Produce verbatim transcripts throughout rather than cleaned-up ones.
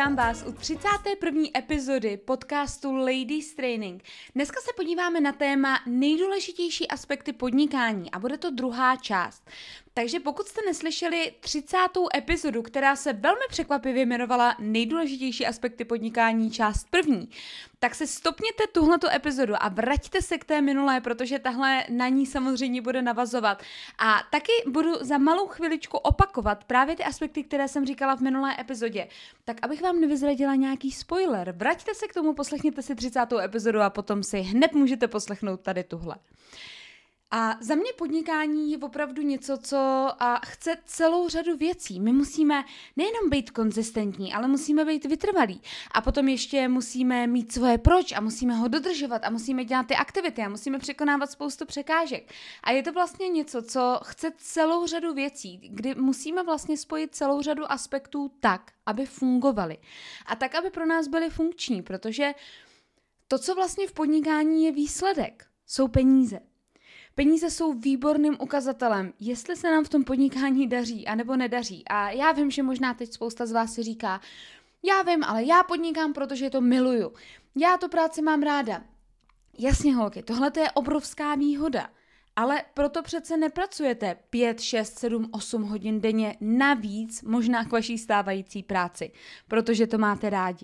vítám vás u třicáté první epizody podcastu Ladies Training. Dneska se podíváme na téma nejdůležitější aspekty podnikání a bude to druhá část. Takže pokud jste neslyšeli třicátou epizodu, která se velmi překvapivě jmenovala Nejdůležitější aspekty podnikání část první, tak se stopněte tuhletu epizodu a vraťte se k té minulé, protože tahle na ní samozřejmě bude navazovat. A taky budu za malou chviličku opakovat právě ty aspekty, které jsem říkala v minulé epizodě. Tak abych vám nevyzradila nějaký spoiler, vraťte se k tomu, poslechněte si třicátou epizodu a potom si hned můžete poslechnout tady tuhle. A za mě podnikání je opravdu něco, co a chce celou řadu věcí. My musíme nejenom být konzistentní, ale musíme být vytrvalí. A potom ještě musíme mít svoje proč a musíme ho dodržovat a musíme dělat ty aktivity a musíme překonávat spoustu překážek. A je to vlastně něco, co chce celou řadu věcí, kdy musíme vlastně spojit celou řadu aspektů tak, aby fungovaly. A tak, aby pro nás byly funkční, protože to, co vlastně v podnikání je výsledek, jsou peníze. Peníze jsou výborným ukazatelem, jestli se nám v tom podnikání daří, anebo nedaří. A já vím, že možná teď spousta z vás si říká, já vím, ale já podnikám, protože to miluju. Já tu práci mám ráda. Jasně, holky, tohle je obrovská výhoda. Ale proto přece nepracujete pět, šest, sedm, osm hodin denně navíc, možná k vaší stávající práci, protože to máte rádi.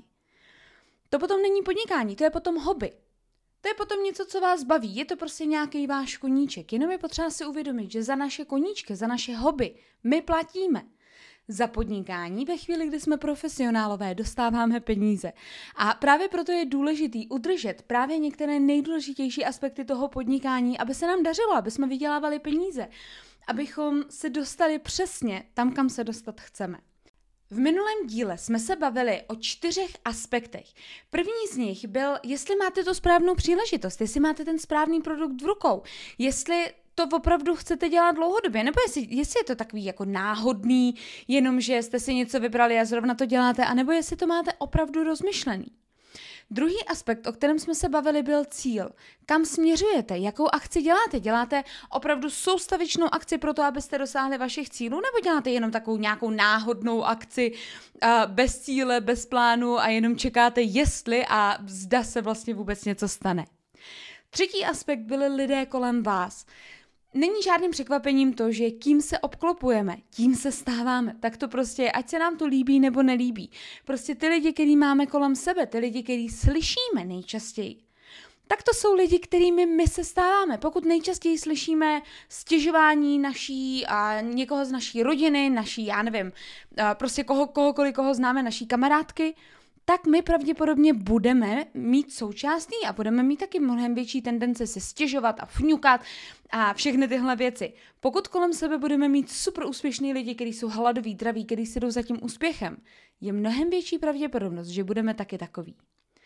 To potom není podnikání, to je potom hobby. To je potom něco, co vás baví, je to prostě nějaký váš koníček, jenom je potřeba si uvědomit, že za naše koníčky, za naše hobby my platíme. Za podnikání ve chvíli, kdy jsme profesionálové, dostáváme peníze. A právě proto je důležitý udržet právě některé nejdůležitější aspekty toho podnikání, aby se nám dařilo, aby jsme vydělávali peníze, abychom se dostali přesně tam, kam se dostat chceme. V minulém díle jsme se bavili o čtyřech aspektech. První z nich byl, jestli máte tu správnou příležitost, jestli máte ten správný produkt v rukou, jestli to opravdu chcete dělat dlouhodobě, nebo jestli, jestli je to takový jako náhodný, jenom že jste si něco vybrali a zrovna to děláte, anebo jestli to máte opravdu rozmyšlený. Druhý aspekt, o kterém jsme se bavili, byl cíl. Kam směřujete? Jakou akci děláte? Děláte opravdu soustavičnou akci pro to, abyste dosáhli vašich cílů, nebo děláte jenom takovou nějakou náhodnou akci bez cíle, bez plánu a jenom čekáte, jestli a zda se vlastně vůbec něco stane? Třetí aspekt byly lidé kolem vás. Není žádným překvapením to, že kým se obklopujeme, tím se stáváme. Tak to prostě je, ať se nám to líbí nebo nelíbí. Prostě ty lidi, který máme kolem sebe, ty lidi, který slyšíme nejčastěji, tak to jsou lidi, kterými my se stáváme. Pokud nejčastěji slyšíme stěžování naší a někoho z naší rodiny, naší, já nevím, prostě koho, kohokoliv, koho známe, naší kamarádky, tak my pravděpodobně budeme mít součástí a budeme mít taky mnohem větší tendence se stěžovat a fňukat a všechny tyhle věci. Pokud kolem sebe budeme mít super úspěšný lidi, kteří jsou hladoví, draví, kteří si jdou za tím úspěchem, je mnohem větší pravděpodobnost, že budeme taky takový.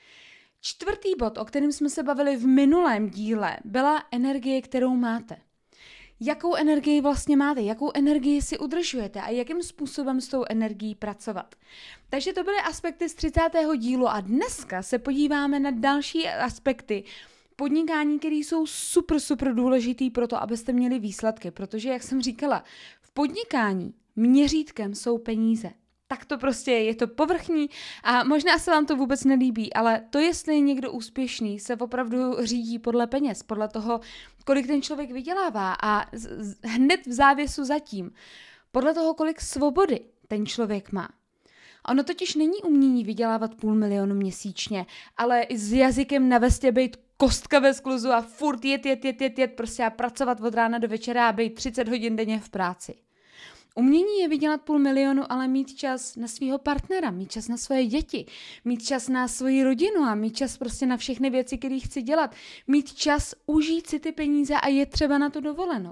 Čtvrtý bod, o kterém jsme se bavili v minulém díle, byla energie, kterou máte. Jakou energii vlastně máte, jakou energii si udržujete a jakým způsobem s tou energií pracovat. Takže to byly aspekty z třicátého dílu a dneska se podíváme na další aspekty podnikání, které jsou super, super důležitý pro to, abyste měli výsledky, protože, jak jsem říkala, v podnikání měřítkem jsou peníze. Tak to prostě je, je to povrchní a možná se vám to vůbec nelíbí, ale to, jestli je někdo úspěšný, se opravdu řídí podle peněz, podle toho, kolik ten člověk vydělává a z, z, hned v závěsu zatím, podle toho, kolik svobody ten člověk má. Ono totiž není umění vydělávat půl milionu měsíčně, ale s jazykem na vestě být kostka ve skluzu a furt jet, jet, jet, jet, jet prostě a pracovat od rána do večera a být třicet hodin denně v práci. Umění je vydělat půl milionu, ale mít čas na svého partnera, mít čas na svoje děti, mít čas na svoji rodinu a mít čas prostě na všechny věci, které chci dělat, mít čas užít si ty peníze a je třeba na to dovolenou.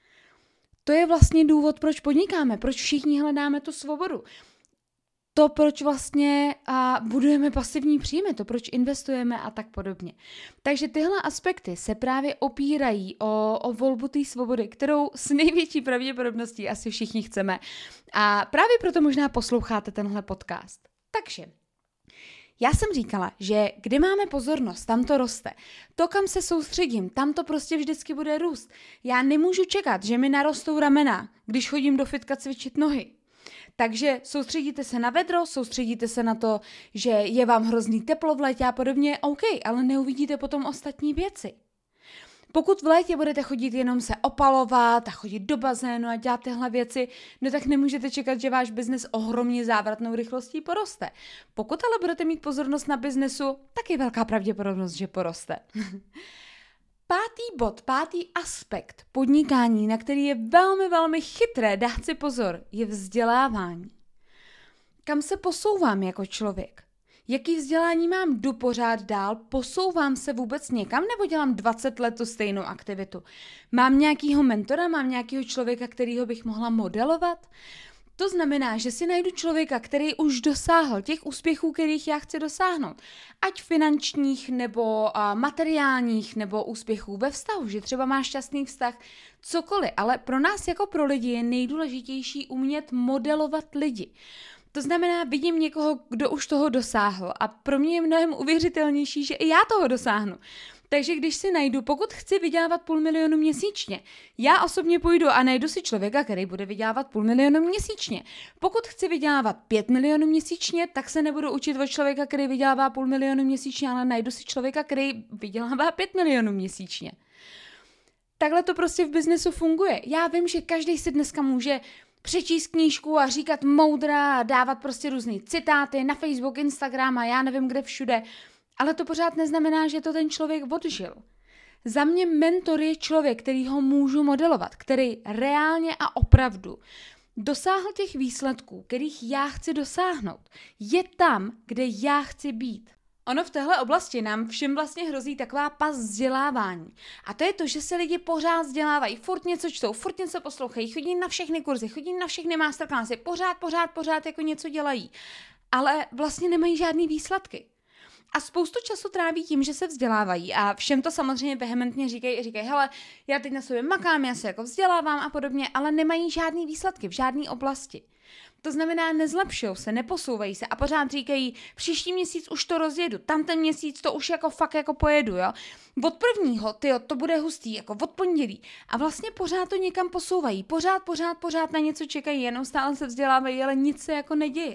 To je vlastně důvod, proč podnikáme, proč všichni hledáme tu svobodu. To, proč vlastně a budujeme pasivní příjmy, to, proč investujeme a tak podobně. Takže tyhle aspekty se právě opírají o, o volbu té svobody, kterou s největší pravděpodobností asi všichni chceme. A právě proto možná posloucháte tenhle podcast. Takže já jsem říkala, že kde máme pozornost, tam to roste. To, kam se soustředím, tam to prostě vždycky bude růst. Já nemůžu čekat, že mi narostou ramena, když chodím do fitka cvičit nohy. Takže soustředíte se na vedro, soustředíte se na to, že je vám hrozný teplo v létě a podobně, OK, ale neuvidíte potom ostatní věci. Pokud v létě budete chodit jenom se opalovat a chodit do bazénu a dělat tyhle věci, no tak nemůžete čekat, že váš biznes ohromně závratnou rychlostí poroste. Pokud ale budete mít pozornost na biznesu, tak je velká pravděpodobnost, že poroste. Pátý bod, pátý aspekt podnikání, na který je velmi, velmi chytré dát si pozor, je vzdělávání. Kam se posouvám jako člověk? Jaký vzdělání mám? Jdu pořád dál? Posouvám se vůbec někam nebo dělám dvacet let tu stejnou aktivitu? Mám nějakýho mentora? Mám nějakýho člověka, kterýho bych mohla modelovat? To znamená, že si najdu člověka, který už dosáhl těch úspěchů, kterých já chci dosáhnout. Ať finančních, nebo a, materiálních, nebo úspěchů ve vztahu, že třeba máš šťastný vztah, cokoliv. Ale pro nás jako pro lidi je nejdůležitější umět modelovat lidi. To znamená, vidím někoho, kdo už toho dosáhl a pro mě je mnohem uvěřitelnější, že i já toho dosáhnu. Takže když si najdu, pokud chci vydělávat půl milionu měsíčně, já osobně půjdu a najdu si člověka, který bude vydělávat půl milionu měsíčně. Pokud chci vydělávat pět milionů měsíčně, tak se nebudu učit od člověka, který vydělává půl milionu měsíčně, ale najdu si člověka, který vydělává pět milionů měsíčně. Takhle to prostě v biznesu funguje. Já vím, že každý si dneska může přečíst knížku a říkat moudra a dávat prostě různý citáty na Facebook, Instagram a já nevím kde všude, ale to pořád neznamená, že to ten člověk odžil. Za mě mentor je člověk, který ho můžu modelovat, který reálně a opravdu dosáhl těch výsledků, kterých já chci dosáhnout. Je tam, kde já chci být. Ono v téhle oblasti nám všem vlastně hrozí taková pas vzdělávání. A to je to, že se lidi pořád vzdělávají, furt něco čtou, furt něco poslouchají, chodí na všechny kurzy, chodí na všechny masterclassy, pořád, pořád, pořád jako něco dělají. Ale vlastně nemají žádný výsledky. A spoustu času tráví tím, že se vzdělávají a všem to samozřejmě vehementně říkají, říkají, hele, já teď na sobě makám, já se jako vzdělávám a podobně, ale nemají žádný výsledky v žádné oblasti. To znamená, nezlepšují se, neposouvají se a pořád říkají, příští měsíc už to rozjedu, tam ten měsíc to už jako fakt jako pojedu, jo. Od prvního, tyjo, to bude hustý, jako od pondělí. A vlastně pořád to někam posouvají, pořád, pořád, pořád na něco čekají, jenom stále se vzdělávají, ale nic se jako neděje.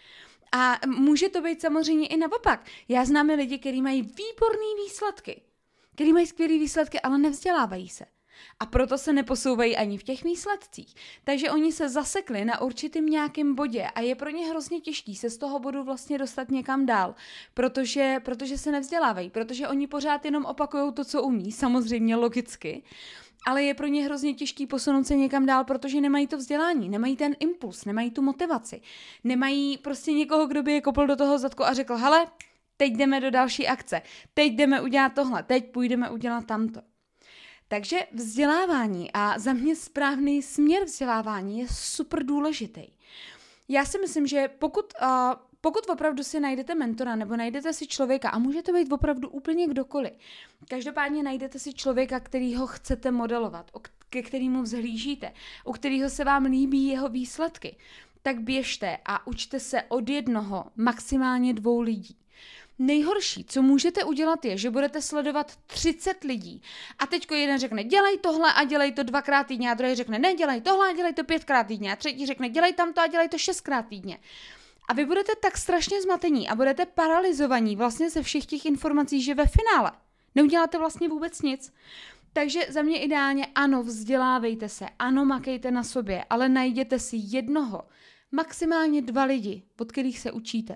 A může to být samozřejmě i naopak. Já znám lidi, kteří mají výborné výsledky, kteří mají skvělé výsledky, ale nevzdělávají se. A proto se neposouvají ani v těch výsledcích. Takže oni se zasekli na určitým nějakém bodě a je pro ně hrozně těžký se z toho bodu vlastně dostat někam dál, protože, protože se nevzdělávají, protože oni pořád jenom opakují to, co umí, samozřejmě logicky, ale je pro ně hrozně těžký posunout se někam dál, protože nemají to vzdělání, nemají ten impuls, nemají tu motivaci, nemají prostě někoho, kdo by je kopl do toho zadku a řekl, hele, teď jdeme do další akce, teď jdeme udělat tohle, teď půjdeme udělat tamto. Takže vzdělávání a za mě správný směr vzdělávání je super důležitý. Já si myslím, že pokud, uh, pokud opravdu si najdete mentora nebo najdete si člověka, a může to být opravdu úplně kdokoliv, každopádně najdete si člověka, kterýho chcete modelovat, ke kterému vzhlížíte, u kterého se vám líbí jeho výsledky, tak běžte a učte se od jednoho, maximálně dvou lidí. Nejhorší, co můžete udělat, je, že budete sledovat třicet lidí a teďko jeden řekne dělej tohle a dělej to dvakrát týdně a druhý řekne ne, dělej tohle a dělej to pětkrát týdně a třetí řekne dělej tamto a dělej to šestkrát týdně. A vy budete tak strašně zmatení a budete paralizovaní vlastně ze všech těch informací, že ve finále neuděláte vlastně vůbec nic. Takže za mě ideálně ano, vzdělávejte se, ano, makejte na sobě, ale najděte si jednoho, maximálně dva lidi, od kterých se učíte.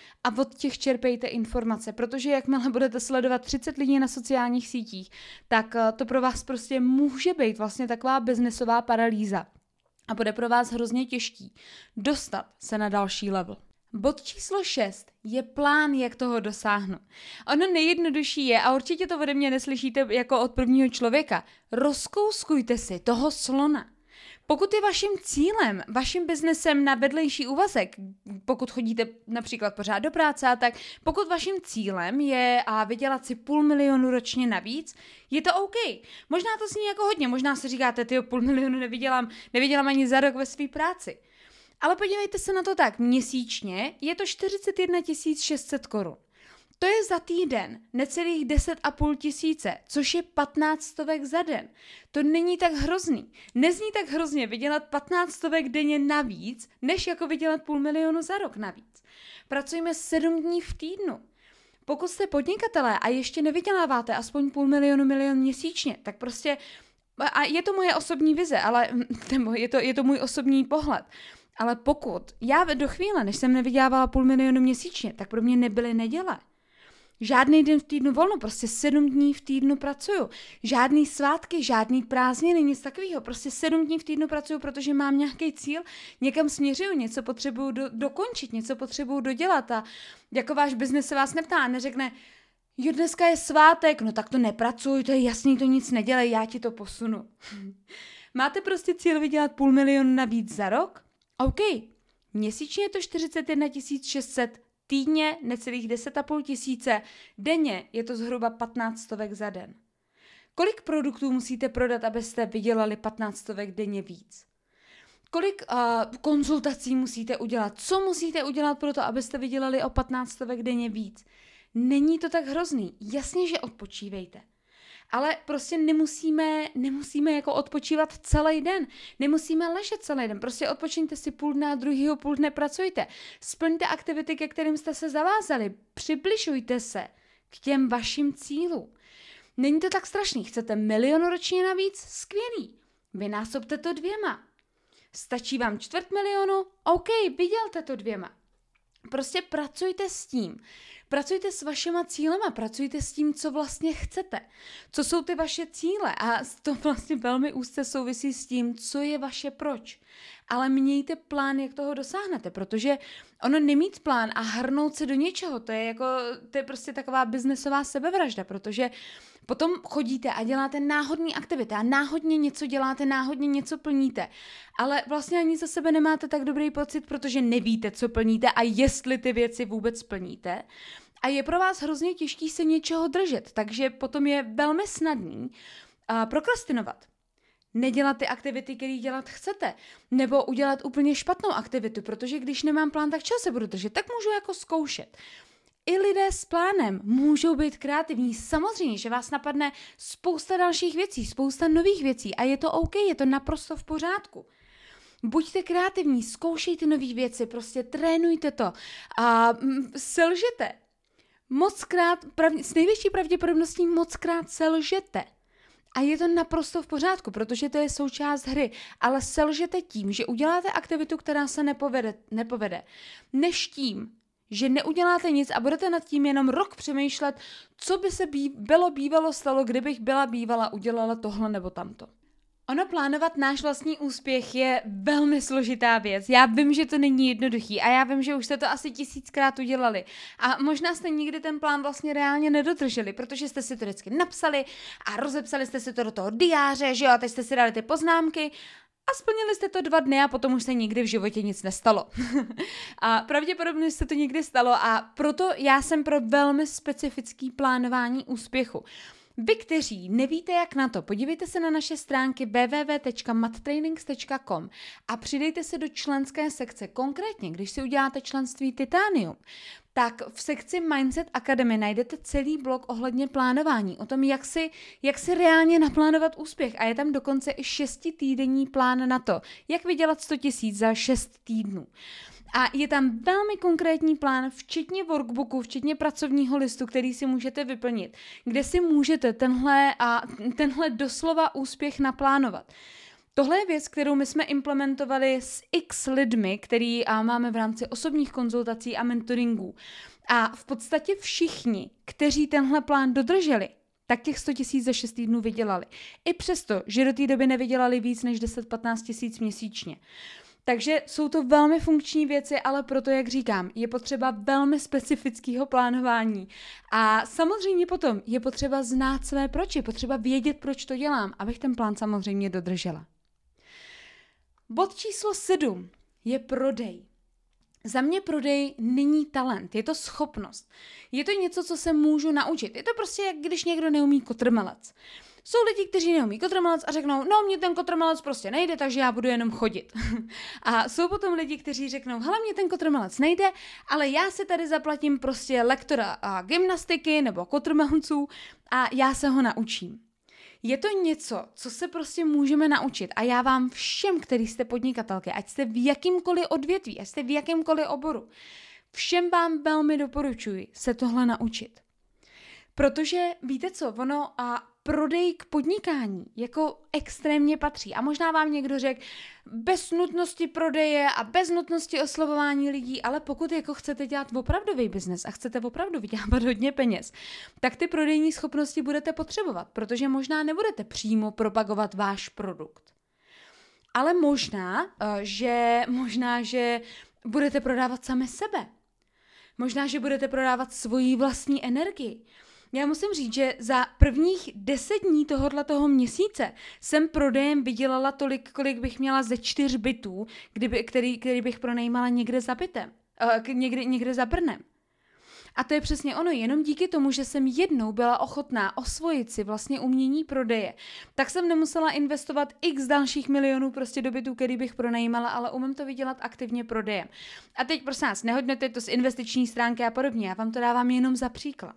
A od těch čerpejte informace, protože jakmile budete sledovat třicet lidí na sociálních sítích, tak to pro vás prostě může být vlastně taková biznesová paralýza. A bude pro vás hrozně těžký dostat se na další level. Bod číslo šest je plán, jak toho dosáhnout. Ono nejjednodušší je, a určitě to ode mě neslyšíte jako od prvního člověka, rozkouskujte si toho slona. Pokud je vaším cílem, vaším biznesem na vedlejší úvazek, pokud chodíte například pořád do práce a tak, pokud vaším cílem je a vydělat si půl milionu ročně navíc, je to OK. Možná to zní jako hodně, možná si říkáte, tyjo, půl milionu nevydělám, nevydělám ani za rok ve své práci. Ale podívejte se na to tak, měsíčně je to čtyřicet jedna tisíc šest set korun. To je za týden necelých deset a půl tisíce, což je patnáct stovek za den. To není tak hrozný. Nezní tak hrozně vydělat patnáct stovek denně navíc, než jako vydělat půl milionu za rok navíc. Pracujeme sedm dní v týdnu. Pokud jste podnikatelé a ještě nevyděláváte aspoň půl milionu, milion měsíčně, tak prostě, a je to moje osobní vize, ale nebo je to, je to můj osobní pohled, ale pokud já do chvíle, než jsem nevydělávala půl milionu měsíčně, tak pro mě nebyly neděle. Žádný den v týdnu volno, prostě sedm dní v týdnu pracuju. Žádný svátky, žádný prázdniny, nic takového. Prostě sedm dní v týdnu pracuju, protože mám nějaký cíl, někam směřuju, něco potřebuju do, dokončit, něco potřebuju dodělat a jako váš biznes se vás neptá a neřekne, jo, dneska je svátek, no tak to nepracuj, to je jasný, to nic nedělej, já ti to posunu. Máte prostě cíl vydělat půl milionu navíc za rok? OK. Měsíčně je to čtyřicet jedna tisíc šest set, týdně necelých deset a půl tisíce, denně je to zhruba patnáct stovek za den. Kolik produktů musíte prodat, abyste vydělali patnáct stovek denně víc? Kolik uh, konzultací musíte udělat? Co musíte udělat pro to, abyste vydělali o patnáct stovek denně víc? Není to tak hrozný. Jasně, že odpočívejte. Ale prostě nemusíme, nemusíme jako odpočívat celý den. Nemusíme ležet celý den. Prostě odpočiňte si půl dne a druhýho půl dne pracujte. Splňte aktivity, ke kterým jste se zavázali. Přibližujte se k těm vašim cílům. Není to tak strašný. Chcete milion ročně navíc? Skvělý. Vynásobte to dvěma. Stačí vám čtvrt milionu? OK, vydělte to dvěma. Prostě pracujte s tím. Pracujte s vašima cílema, pracujte s tím, co vlastně chcete. Co jsou ty vaše cíle? A to vlastně velmi úzce souvisí s tím, co je vaše proč. Ale mějte plán, jak toho dosáhnete, protože ono nemít plán a hrnout se do něčeho, to je jako, to je prostě taková biznesová sebevražda, protože potom chodíte a děláte náhodný aktivity a náhodně něco děláte, náhodně něco plníte, ale vlastně ani za sebe nemáte tak dobrý pocit, protože nevíte, co plníte a jestli ty věci vůbec plníte. A je pro vás hrozně těžký se něčeho držet, takže potom je velmi snadný uh, prokrastinovat. Nedělat ty aktivity, které dělat chcete, nebo udělat úplně špatnou aktivitu, protože když nemám plán, tak čeho se budu držet, tak můžu jako zkoušet. I lidé s plánem můžou být kreativní. Samozřejmě, že vás napadne spousta dalších věcí, spousta nových věcí a je to OK, je to naprosto v pořádku. Buďte kreativní, zkoušejte nové věci, prostě trénujte to a mm, selžete. Mockrát, prav, s největší pravděpodobností mockrát selžete. A je to naprosto v pořádku, protože to je součást hry, ale selžete tím, že uděláte aktivitu, která se nepovede, nepovede, než tím, že neuděláte nic a budete nad tím jenom rok přemýšlet, co by se bí, bylo bývalo stalo, kdybych byla bývala, udělala tohle nebo tamto. Ono plánovat náš vlastní úspěch je velmi složitá věc. Já vím, že to není jednoduchý a já vím, že už jste to asi tisíckrát udělali. A možná jste nikdy ten plán vlastně reálně nedodrželi, protože jste si to vždycky napsali a rozepsali jste si to do toho diáře, že jo, a teď jste si dali ty poznámky a splnili jste to dva dny a potom už se nikdy v životě nic nestalo. A pravděpodobně se to nikdy stalo a proto já jsem pro velmi specifický plánování úspěchu. Vy, kteří nevíte, jak na to, podívejte se na naše stránky w w w tečka mattrainings tečka com a přidejte se do členské sekce. Konkrétně, když si uděláte členství Titanium, tak v sekci Mindset Academy najdete celý blok ohledně plánování, o tom, jak si, jak si reálně naplánovat úspěch. A je tam dokonce i šestitýdenní plán na to, jak vydělat sto tisíc za šest týdnů. A je tam velmi konkrétní plán, včetně workbooku, včetně pracovního listu, který si můžete vyplnit, kde si můžete tenhle, a tenhle doslova úspěch naplánovat. Tohle je věc, kterou my jsme implementovali s x lidmi, který a máme v rámci osobních konzultací a mentoringů. A v podstatě všichni, kteří tenhle plán dodrželi, tak těch sto tisíc za šest týdnů vydělali. I přesto, že do té doby nevydělali víc než deset až patnáct tisíc měsíčně. Takže jsou to velmi funkční věci, ale proto, jak říkám, je potřeba velmi specifického plánování. A samozřejmě potom je potřeba znát své proč, je potřeba vědět, proč to dělám, abych ten plán samozřejmě dodržela. Bod číslo sedm je prodej. Za mě prodej není talent, je to schopnost. Je to něco, co se můžu naučit. Je to prostě, jak když někdo neumí kotrmelec. Jsou lidi, kteří neumí kotrmelec a řeknou, no mně ten kotrmelec prostě nejde, takže já budu jenom chodit. A jsou potom lidi, kteří řeknou, hele, mně ten kotrmelec nejde, ale já si tady zaplatím prostě lektora a gymnastiky nebo kotrmelců a já se ho naučím. Je to něco, co se prostě můžeme naučit a já vám všem, kteří jste podnikatelky, ať jste v jakýmkoliv odvětví, ať jste v jakýmkoliv oboru, všem vám velmi doporučuji se tohle naučit. Protože víte co, ono a prodej k podnikání jako extrémně patří. A možná vám někdo řekl, bez nutnosti prodeje a bez nutnosti oslovování lidí, ale pokud jako chcete dělat opravdový biznes a chcete opravdu vydělávat hodně peněz, tak ty prodejní schopnosti budete potřebovat, protože možná nebudete přímo propagovat váš produkt. Ale možná, že, možná, že budete prodávat sami sebe. Možná, že budete prodávat svoji vlastní energii. Já musím říct, že za prvních deset dní tohoto měsíce jsem prodejem vydělala tolik, kolik bych měla ze čtyř bytů, kdyby, který, který bych pronajímala někde za bytem, uh, někde, někde za Brnem. A to je přesně ono, jenom díky tomu, že jsem jednou byla ochotná osvojit si vlastně umění prodeje, tak jsem nemusela investovat x dalších milionů prostě do bytů, který bych pronajímala, ale umím to vydělat aktivně prodejem. A teď prosím vás, nehodnoťte to z investiční stránky a podobně, já vám to dávám jenom za příklad.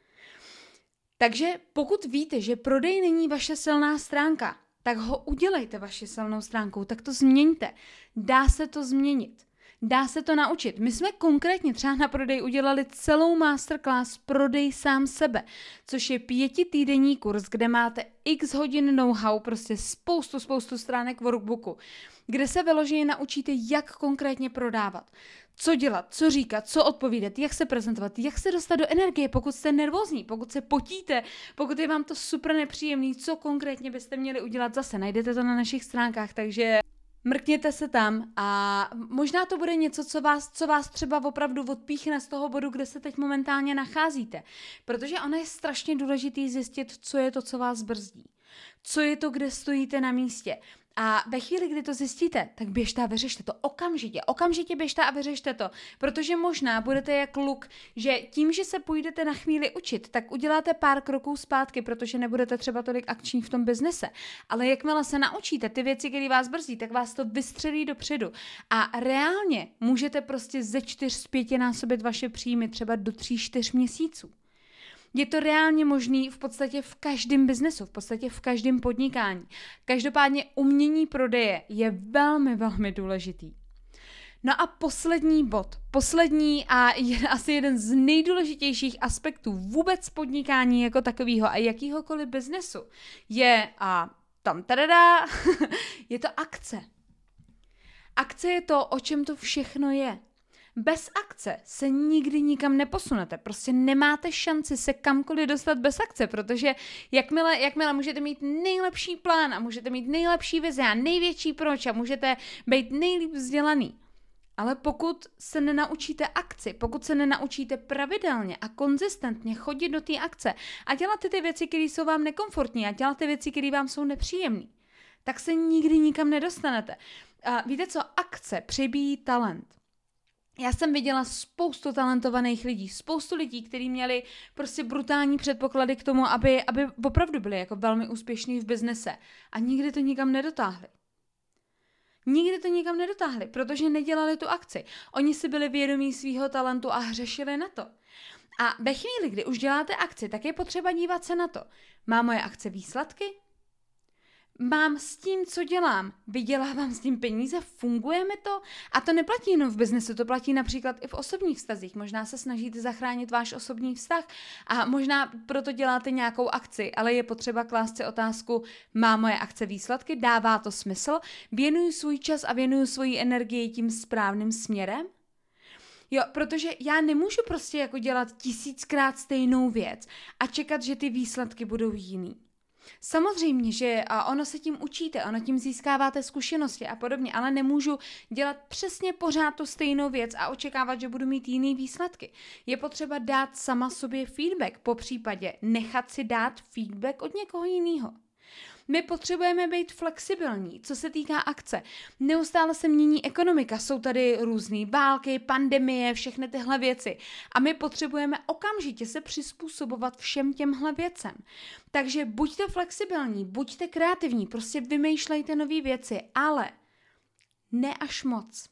Takže pokud víte, že prodej není vaše silná stránka, tak ho udělejte vaši silnou stránkou, tak to změňte. Dá se to změnit. Dá se to naučit. My jsme konkrétně třeba na prodej udělali celou masterclass Prodej sám sebe, což je pětitýdenní kurz, kde máte x hodin know-how, prostě spoustu, spoustu stránek workbooku, kde se vyloženě naučíte, jak konkrétně prodávat. Co dělat, co říkat, co odpovídat, jak se prezentovat, jak se dostat do energie, pokud jste nervózní, pokud se potíte, pokud je vám to super nepříjemný, co konkrétně byste měli udělat zase. Najdete to na našich stránkách, takže mrkněte se tam a možná to bude něco, co vás, co vás třeba opravdu odpíchne z toho bodu, kde se teď momentálně nacházíte. Protože ono je strašně důležitý zjistit, co je to, co vás brzdí. Co je to, kde stojíte na místě. A ve chvíli, kdy to zjistíte, tak běžte a vyřešte to okamžitě. Okamžitě běžte a vyřešte to, protože možná budete jak luk, že tím, že se půjdete na chvíli učit, tak uděláte pár kroků zpátky, protože nebudete třeba tolik akční v tom biznise. Ale jakmile se naučíte ty věci, které vás brzdí, tak vás to vystřelí dopředu. A reálně můžete prostě ze čtyř z pěti násobit vaše příjmy třeba do tří, čtyř měsíců. Je to reálně možný v podstatě v každém biznesu, v podstatě v každém podnikání. Každopádně umění prodeje je velmi, velmi důležitý. No a poslední bod, poslední a je asi jeden z nejdůležitějších aspektů vůbec podnikání jako takového a jakýhokoliv biznesu je, a tam tadadá, je to akce. Akce je to, o čem to všechno je. Bez akce se nikdy nikam neposunete. Prostě nemáte šanci se kamkoliv dostat bez akce, protože jakmile, jakmile můžete mít nejlepší plán a můžete mít nejlepší vize a největší proč a můžete být nejlíp vzdělaný. Ale pokud se nenaučíte akci, pokud se nenaučíte pravidelně a konzistentně chodit do té akce a dělat ty věci, které jsou vám nekomfortní a dělat ty věci, které vám jsou nepříjemné, tak se nikdy nikam nedostanete. A víte co? Akce přebíjí talent. Já jsem viděla spoustu talentovaných lidí, spoustu lidí, kteří měli prostě brutální předpoklady k tomu, aby, aby opravdu byli jako velmi úspěšní v biznese a nikdy to nikam nedotáhli. Nikdy to nikam nedotáhli, protože nedělali tu akci. Oni si byli vědomí svýho talentu a hřešili na to. A ve chvíli, kdy už děláte akci, tak je potřeba dívat se na to. Má moje akce výsledky? Mám s tím, co dělám, vydělávám s tím peníze, funguje mi to? A to neplatí jenom v biznesu, to platí například i v osobních vztazích. Možná se snažíte zachránit váš osobní vztah a možná proto děláte nějakou akci, ale je potřeba klást si otázku, má moje akce výsledky, dává to smysl, věnuju svůj čas a věnuju svoji energii tím správným směrem? Jo, protože já nemůžu prostě jako dělat tisíckrát stejnou věc a čekat, že ty výsledky budou jiný. Samozřejmě, že a ono se tím učíte, ono tím získáváte zkušenosti a podobně, ale nemůžu dělat přesně pořád tu stejnou věc a očekávat, že budu mít jiný výsledky. Je potřeba dát sama sobě feedback, po případě nechat si dát feedback od někoho jiného. My potřebujeme být flexibilní, co se týká akce. Neustále se mění ekonomika, jsou tady různé války, pandemie, všechny tyhle věci. A my potřebujeme okamžitě se přizpůsobovat všem těmhle věcem. Takže buďte flexibilní, buďte kreativní, prostě vymýšlejte nové věci, ale ne až moc.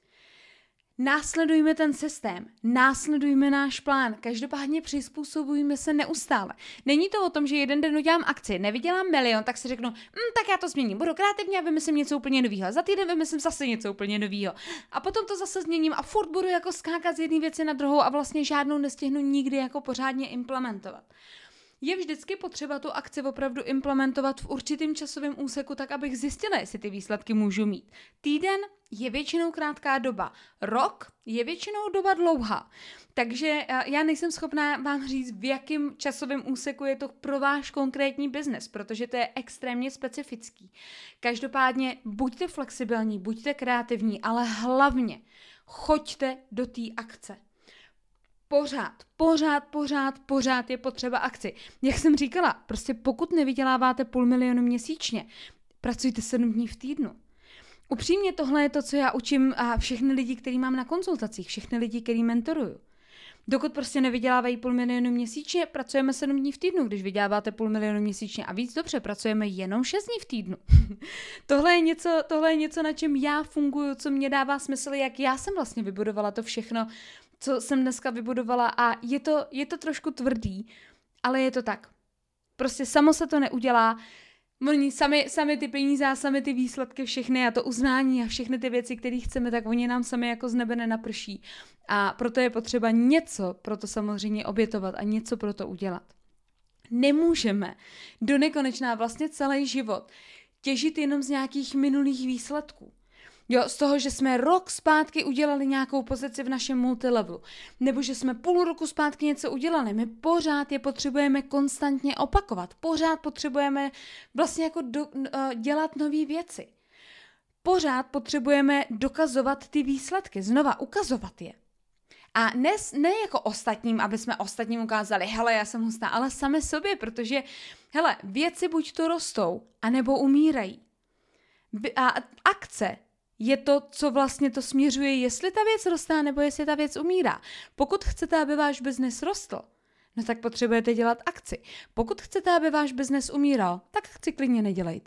Následujme ten systém, následujme náš plán, každopádně přizpůsobujme se neustále. Není to o tom, že jeden den udělám akci, nevydělám milion, tak si řeknu, hm, tak já to změním, budu kreativní a vymyslím něco úplně nového. Za týden vymyslím zase něco úplně nového. A potom to zase změním a furt budu jako skákat z jedné věci na druhou a vlastně žádnou nestihnu nikdy jako pořádně implementovat. Je vždycky potřeba tu akci opravdu implementovat v určitým časovém úseku, tak abych zjistila, jestli ty výsledky můžu mít. Týden je většinou krátká doba, rok je většinou doba dlouhá. Takže já nejsem schopná vám říct, v jakém časovém úseku je to pro váš konkrétní biznes, protože to je extrémně specifický. Každopádně buďte flexibilní, buďte kreativní, ale hlavně choďte do té akce. Pořád, pořád, pořád, pořád je potřeba akci. Jak jsem říkala, prostě pokud nevyděláváte půl milionu měsíčně, pracujte sedm dní v týdnu. Upřímně tohle je to, co já učím a všechny lidi, který mám na konzultacích, všechny lidi, který mentoruju. Dokud prostě nevydělávají půl milionu měsíčně, pracujeme sedm dní v týdnu. Když vyděláváte půl milionu měsíčně a víc, dobře, pracujeme jenom šest dní v týdnu. tohle, je něco, tohle je něco, na čem já funguju, co mě dává smysl, jak já jsem vlastně vybudovala to všechno, co jsem dneska vybudovala a je to, je to trošku tvrdý, ale je to tak. Prostě samo se to neudělá. Oni sami, sami ty peníze a sami ty výsledky, všechny a to uznání a všechny ty věci, které chceme, tak oni nám sami jako z nebe nenaprší. A proto je potřeba něco pro to samozřejmě obětovat a něco pro to udělat. Nemůžeme do nekonečná vlastně celý život těžit jenom z nějakých minulých výsledků. Jo, z toho, že jsme rok zpátky udělali nějakou pozici v našem multilevelu, nebo že jsme půl roku zpátky něco udělali. My pořád je potřebujeme konstantně opakovat. Pořád potřebujeme vlastně jako do, uh, dělat nové věci. Pořád potřebujeme dokazovat ty výsledky, znova ukazovat je. A ne, ne jako ostatním, aby jsme ostatním ukázali, hele, já jsem hustá, ale sami sobě, protože, hele, věci buď to rostou, anebo umírají. A akce je to, co vlastně to směřuje, jestli ta věc roste, nebo jestli ta věc umírá. Pokud chcete, aby váš biznes rostl, no tak potřebujete dělat akci. Pokud chcete, aby váš biznes umíral, tak akci klidně nedělejte.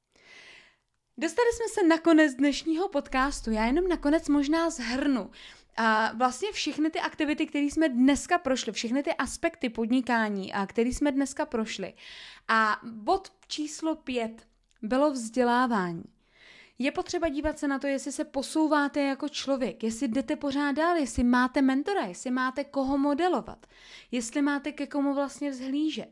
Dostali jsme se na konec dnešního podcastu. Já jenom nakonec možná shrnu a vlastně všechny ty aktivity, které jsme dneska prošli, všechny ty aspekty podnikání, a které jsme dneska prošli. A bod číslo pět bylo vzdělávání. Je potřeba dívat se na to, jestli se posouváte jako člověk, jestli jdete pořád dál, jestli máte mentora, jestli máte koho modelovat, jestli máte ke komu vlastně vzhlížet.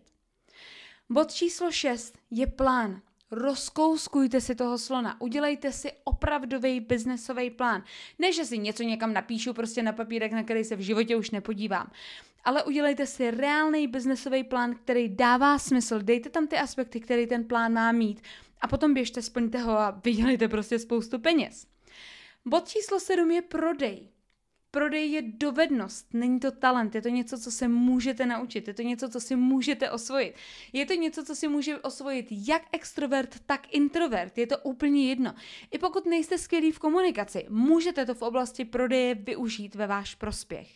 Bod číslo šest je plán. Rozkouskujte si toho slona, udělejte si opravdový biznesový plán. Ne, že si něco někam napíšu prostě na papírek, na který se v životě už nepodívám, ale udělejte si reálný biznesový plán, který dává smysl, dejte tam ty aspekty, který ten plán má mít a potom běžte, splňte ho a vydělejte prostě spoustu peněz. Bod číslo sedm je prodej. Prodej je dovednost, není to talent, je to něco, co se můžete naučit, je to něco, co si můžete osvojit. Je to něco, co si může osvojit jak extrovert, tak introvert, je to úplně jedno. I pokud nejste skvělí v komunikaci, můžete to v oblasti prodeje využít ve váš prospěch.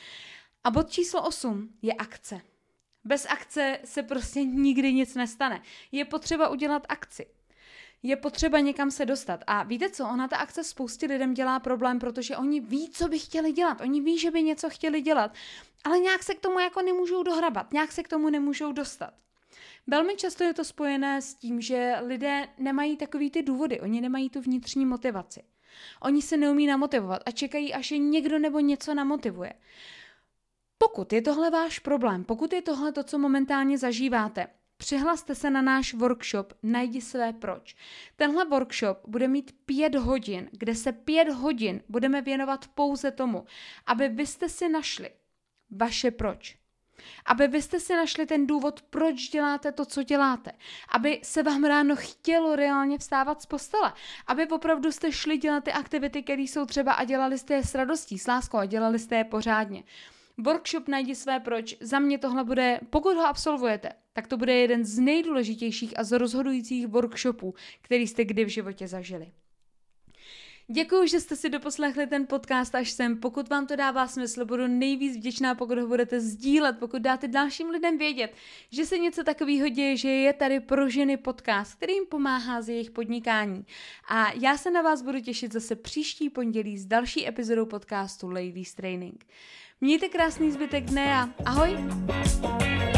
A bod číslo osm je akce. Bez akce se prostě nikdy nic nestane. Je potřeba udělat akci. Je potřeba někam se dostat. A víte co, ona ta akce spoustě lidem dělá problém, protože oni ví, co by chtěli dělat. Oni ví, že by něco chtěli dělat, ale nějak se k tomu jako nemůžou dohrabat, nějak se k tomu nemůžou dostat. Velmi často je to spojené s tím, že lidé nemají takový ty důvody, oni nemají tu vnitřní motivaci. Oni se neumí namotivovat a čekají, až je někdo nebo něco namotivuje. Pokud je tohle váš problém, pokud je tohle to, co momentálně zažíváte, přihlaste se na náš workshop Najdi své proč. Tenhle workshop bude mít pět hodin, kde se pět hodin budeme věnovat pouze tomu, aby vy jste si našli vaše proč. Aby vy jste si našli ten důvod, proč děláte to, co děláte. Aby se vám ráno chtělo reálně vstávat z postele. Aby opravdu jste šli dělat ty aktivity, které jsou třeba a dělali jste je s radostí, s láskou a dělali jste je pořádně. Workshop Najdi své proč, za mě tohle bude, pokud ho absolvujete, tak to bude jeden z nejdůležitějších a z rozhodujících workshopů, který jste kdy v životě zažili. Děkuji, že jste si doposlechli ten podcast až sem. Pokud vám to dává smysl, budu nejvíc vděčná, pokud ho budete sdílet, pokud dáte dalším lidem vědět, že se něco takového děje, že je tady pro ženy podcast, který jim pomáhá z jejich podnikání. A já se na vás budu těšit zase příští pondělí s další epizodou podcastu Ladies Training. Mějte krásný zbytek dne a ahoj!